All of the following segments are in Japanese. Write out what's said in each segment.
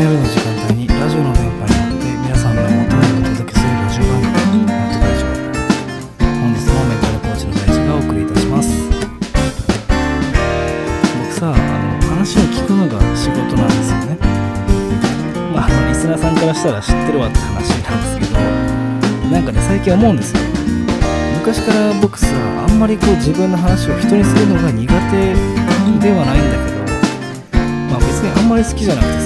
夜の時間帯にラジオの電波に乗って皆さんの元へお届けするラジオ番組ネットラジオ。本日もメンタルコーチの大地がお送りいたします。僕さ、話を聞くのが仕事なんですよね。リスナーさんからしたら知ってるわって話なんですけど、なんかね、最近思うんですよ。昔から僕さ、あんまり自分の話を人にするのが苦手ではないんだけど、別にあんまり好きじゃなくてさ、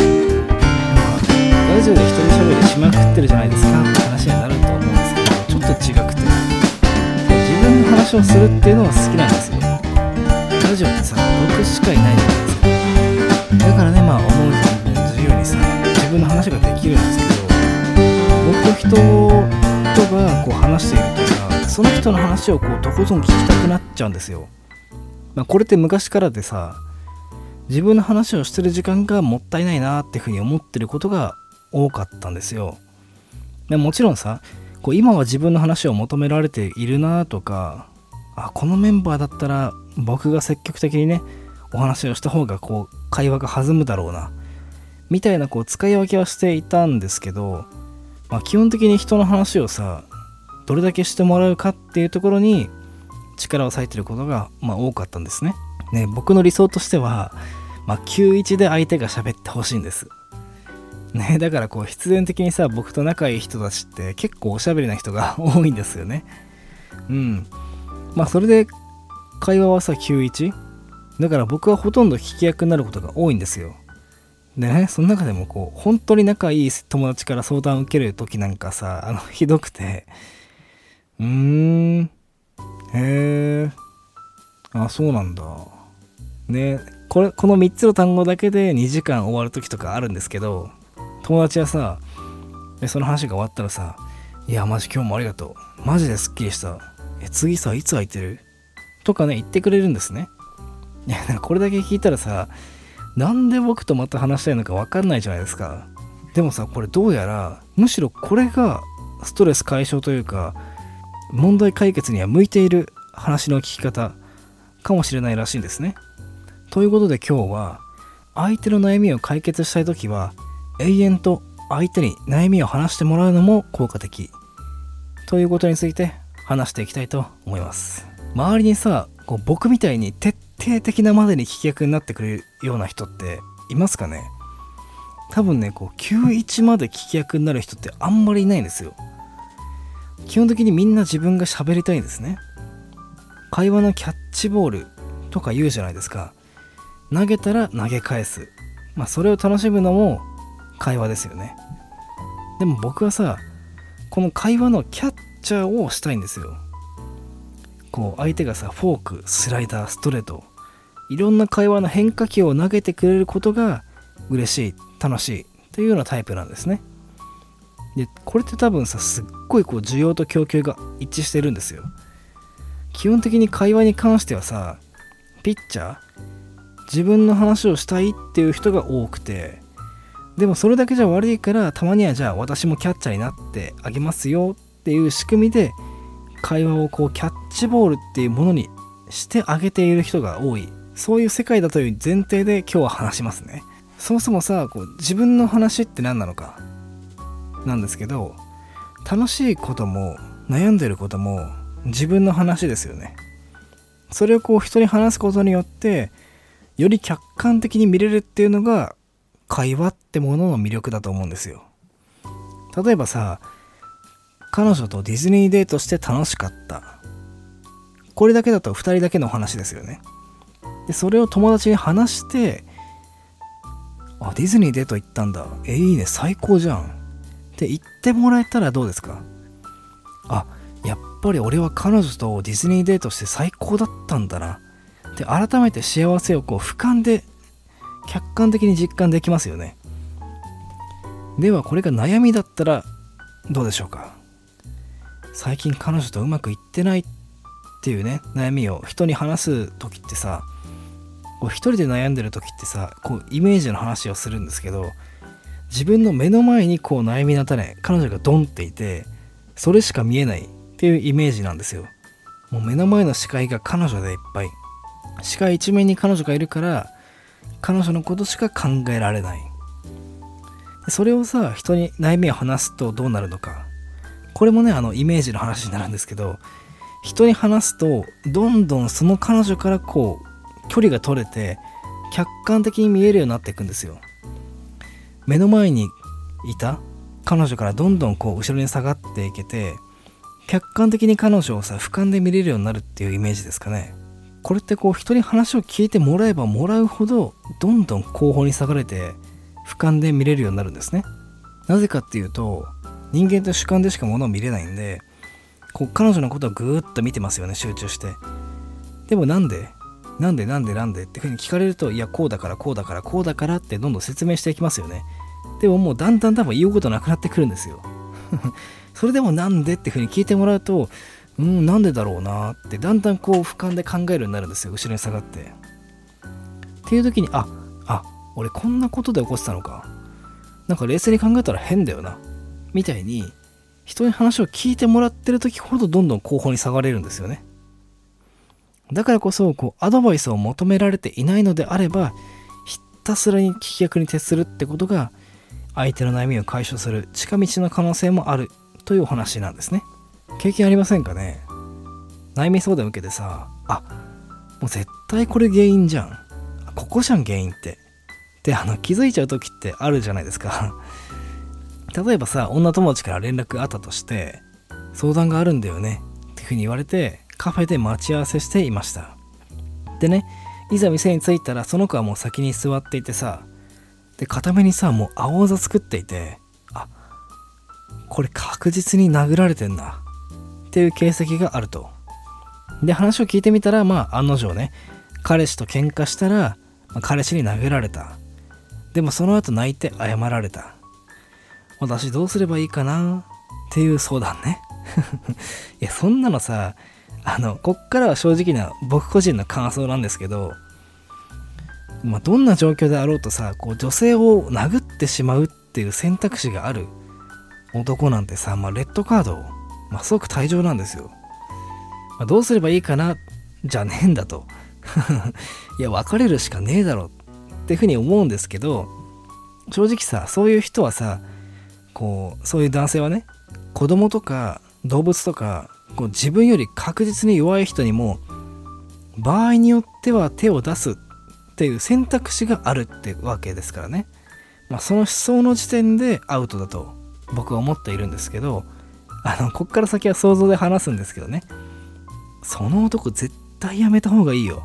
ラジオで一人喋りしまくってるじゃないですかって話になると思うんですけど、ちょっと違くて、自分の話をするっていうのは好きなんですよ。ラジオってさ、僕しかいないじゃないですか。だからね、思う存分自由にさ、自分の話ができるんですけど、僕と人が話しているとさ、その人の話をとことん聞きたくなっちゃうんですよ。これって昔からでさ、自分の話をしてる時間がもったいないなっていうふうに思ってることが多かったんですよ。もちろんさ、今は自分の話を求められているなとか、このメンバーだったら僕が積極的にねお話をした方が会話が弾むだろうなみたいな使い分けはしていたんですけど、基本的に人の話をさ、どれだけしてもらうかっていうところに力を割いてることが多かったんですね。僕の理想としては、91で相手が喋ってほしいんです。だから必然的にさ、僕と仲いい人たちって結構おしゃべりな人が多いんですよね。それで会話はさ 91 だから僕はほとんど聞き役になることが多いんですよ。でね、その中でも本当に仲いい友達から相談を受ける時なんかさ、ひどくて、そうなんだね。この3つの単語だけで2時間終わる時とかあるんですけど、友達はさ、その話が終わったらさ、いやマジ今日もありがとう、マジですっきりした、次さいつ空いてるとかね言ってくれるんですね。これだけ聞いたらさ、なんで僕とまた話したいのか分かんないじゃないですか。でもさ、これどうやらむしろこれがストレス解消というか問題解決には向いている話の聞き方かもしれないらしいんですね。ということで今日は、相手の悩みを解決したいときは永遠と相手に悩みを話してもらうのも効果的ということについて話していきたいと思います。周りにさ、僕みたいに徹底的なまでに聞き役になってくれるような人っていますかね。多分ね、91まで聞き役になる人ってあんまりいないんですよ。基本的にみんな自分が喋りたいんですね。会話のキャッチボールとか言うじゃないですか。投げたら投げ返す、それを楽しむのも会話ですよね。でも僕はさ、この会話のキャッチャーをしたいんですよ。相手がさ、フォーク、スライダー、ストレート、いろんな会話の変化球を投げてくれることが嬉しい、楽しいというようなタイプなんですね。でこれって多分さ、すっごい需要と供給が一致してるんですよ。基本的に会話に関してはさ、ピッチャー、自分の話をしたいっていう人が多くて、でもそれだけじゃ悪いから、たまにはじゃあ私もキャッチャーになってあげますよっていう仕組みで会話をキャッチボールっていうものにしてあげている人が多い、そういう世界だという前提で今日は話しますね。そもそもさ、自分の話って何なのかなんですけど、楽しいことも悩んでることも自分の話ですよね。それを人に話すことによってより客観的に見れるっていうのが会話ってものの魅力だと思うんですよ。例えばさ、彼女とディズニーデートして楽しかった、これだけだと2人だけの話ですよね。でそれを友達に話して、ディズニーデート行ったんだ、いいね、最高じゃんって言ってもらえたらどうですか。やっぱり俺は彼女とディズニーデートして最高だったんだなで、改めて幸せを俯瞰で客観的に実感できますよね。ではこれが悩みだったらどうでしょうか。最近彼女とうまくいってないっていうね、悩みを人に話す時ってさ、一人で悩んでる時ってさ、イメージの話をするんですけど、自分の目の前に悩みの種、彼女がドンっていて、それしか見えないっていうイメージなんですよ。もう目の前の視界が彼女でいっぱい、視界一面に彼女がいるから彼女のことしか考えられない。 それをさ、人に悩みを話すとどうなるのか。これもね、イメージの話になるんですけど、人に話すとどんどんその彼女からこう距離が取れて客観的に見えるようになっていくんですよ。目の前にいた彼女からどんどんこう後ろに下がっていけて、客観的に彼女をさ俯瞰で見れるようになるっていうイメージですかね。これってこう人に話を聞いてもらえばもらうほどどんどん後方に下がれて俯瞰で見れるようになるんですね。なぜかっていうと、人間って主観でしか物を見れないんで、こう彼女のことをぐーっと見てますよね、集中して。でもなんでっていうふうに聞かれると、いやこうだからこうだからこうだからってどんどん説明していきますよね。でももうだんだん多分言うことなくなってくるんですよ。それでもなんでっていうふうに聞いてもらうと、なんでだろうなってだんだんこう俯瞰で考えるようになるんですよ、後ろに下がって。っていう時に俺こんなことで起こってたのか、なんか冷静に考えたら変だよなみたいに、人に話を聞いてもらってる時ほどどんどん後方に下がれるんですよね。だからこそこうアドバイスを求められていないのであれば、ひたすらに聞き役に徹するってことが相手の悩みを解消する近道の可能性もあるというお話なんですね。経験ありませんかね。悩み相談を受けてさ、もう絶対これ原因じゃん、ここじゃん原因って気づいちゃう時ってあるじゃないですか。例えばさ、女友達から連絡あったとして、相談があるんだよねっていうふうに言われてカフェで待ち合わせしていました。でね、いざ店に着いたらその子はもう先に座っていてさ、で片目にさもう青あざ作っていて、これ確実に殴られてんなっていう形跡があると。で話を聞いてみたら、案の定ね、彼氏と喧嘩したら、彼氏に殴られた。でもその後泣いて謝られた。私どうすればいいかなっていう相談ね。いやそんなのさ、こっからは正直な僕個人の感想なんですけど、どんな状況であろうとさ、こう女性を殴ってしまうっていう選択肢がある男なんてさ、レッドカード、すごく退場なんですよ。どうすればいいかなじゃねえんだと。いや別れるしかねえだろっていうふうに思うんですけど、正直さ、そういう人はさ、そういう男性はね、子供とか動物とか自分より確実に弱い人にも場合によっては手を出すっていう選択肢があるってわけですからね。その思想の時点でアウトだと僕は思っているんですけど、こっから先は想像で話すんですけどね、その男絶対やめた方がいいよ、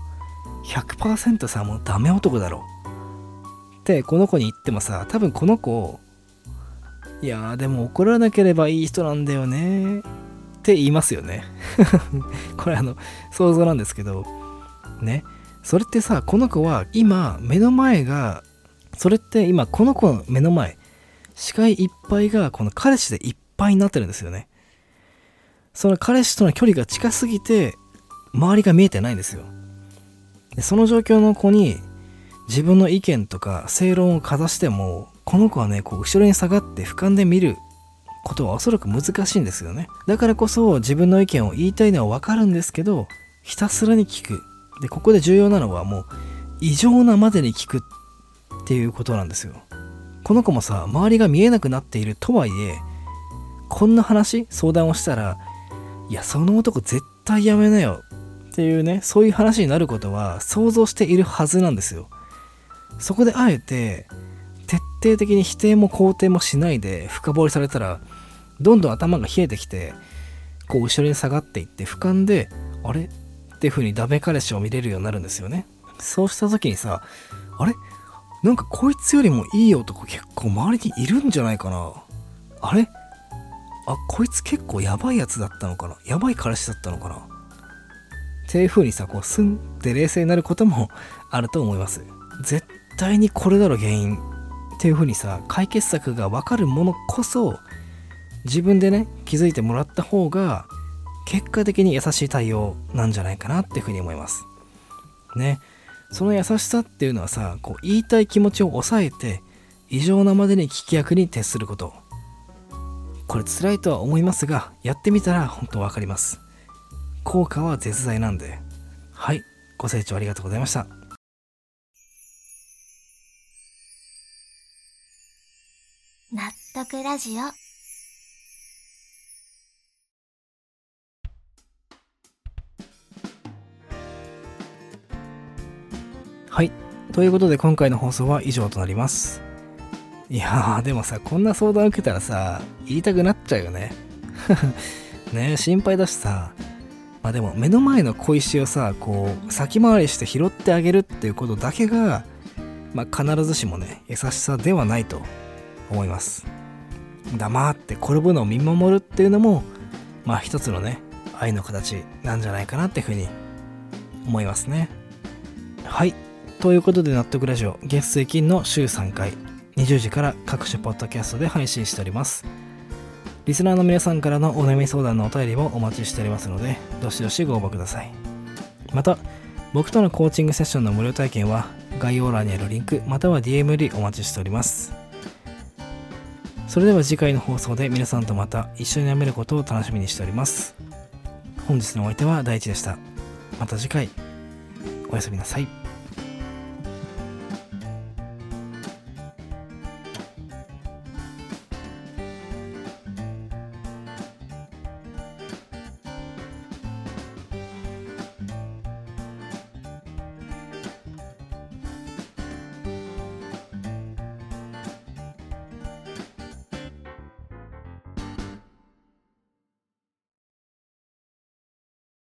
100% さもうダメ男だろってこの子に言ってもさ、多分この子、いやでも怒らなければいい人なんだよねって言いますよね。これ想像なんですけどね。それってさ、この子は今目の前が、それって今この子の目の前、視界いっぱいがこの彼氏でいっぱいになってるんですよね。その彼氏との距離が近すぎて周りが見えてないんですよ。でその状況の子に自分の意見とか正論をかざしても、この子はね後ろに下がって俯瞰で見ることはおそらく難しいんですよね。だからこそ自分の意見を言いたいのはわかるんですけど、ひたすらに聞く。でここで重要なのはもう異常なまでに聞くっていうことなんですよ。この子もさ、周りが見えなくなっているとはいえ、こんな相談をしたら、いやその男絶対やめなよっていうね、そういう話になることは想像しているはずなんですよ。そこであえて徹底的に否定も肯定もしないで深掘りされたら、どんどん頭が冷えてきて、後ろに下がっていって俯瞰であれっていう風にダメ彼氏を見れるようになるんですよね。そうした時にさ、なんかこいつよりもいい男結構周りにいるんじゃないかな、こいつ結構やばいやつだったのかな、やばい彼氏だったのかなっていう風にさ、スンって冷静になることもあると思います。絶対にこれだろ原因っていう風にさ、解決策が分かるものこそ自分でね気づいてもらった方が結果的に優しい対応なんじゃないかなっていう風に思いますね。その優しさっていうのはさ、言いたい気持ちを抑えて異常なまでに聞き役に徹すること。これ辛いとは思いますが、やってみたら本当わかります。効果は絶大なんで。はい、ご清聴ありがとうございました。 納得ラジオ。 はい。ということで今回の放送は以上となります。いやー、でもさ、こんな相談受けたらさ、言いたくなっちゃうよね。ねえ、心配だしさ。まあでも目の前の小石をさ、こう先回りして拾ってあげるっていうことだけが、まあ必ずしもね、優しさではないと思います。黙って転ぶのを見守るっていうのも、まあ一つのね、愛の形なんじゃないかなっていうふうに思いますね。はい。ということで納得ラジオ、月水金の週3回、20時から各種ポッドキャストで配信しております。リスナーの皆さんからのお悩み相談のお便りもお待ちしておりますので、どしどしご応募ください。また、僕とのコーチングセッションの無料体験は概要欄にあるリンクまたは DM でお待ちしております。それでは次回の放送で皆さんとまた一緒に悩めることを楽しみにしております。本日のお相手は大地でした。また次回、おやすみなさい。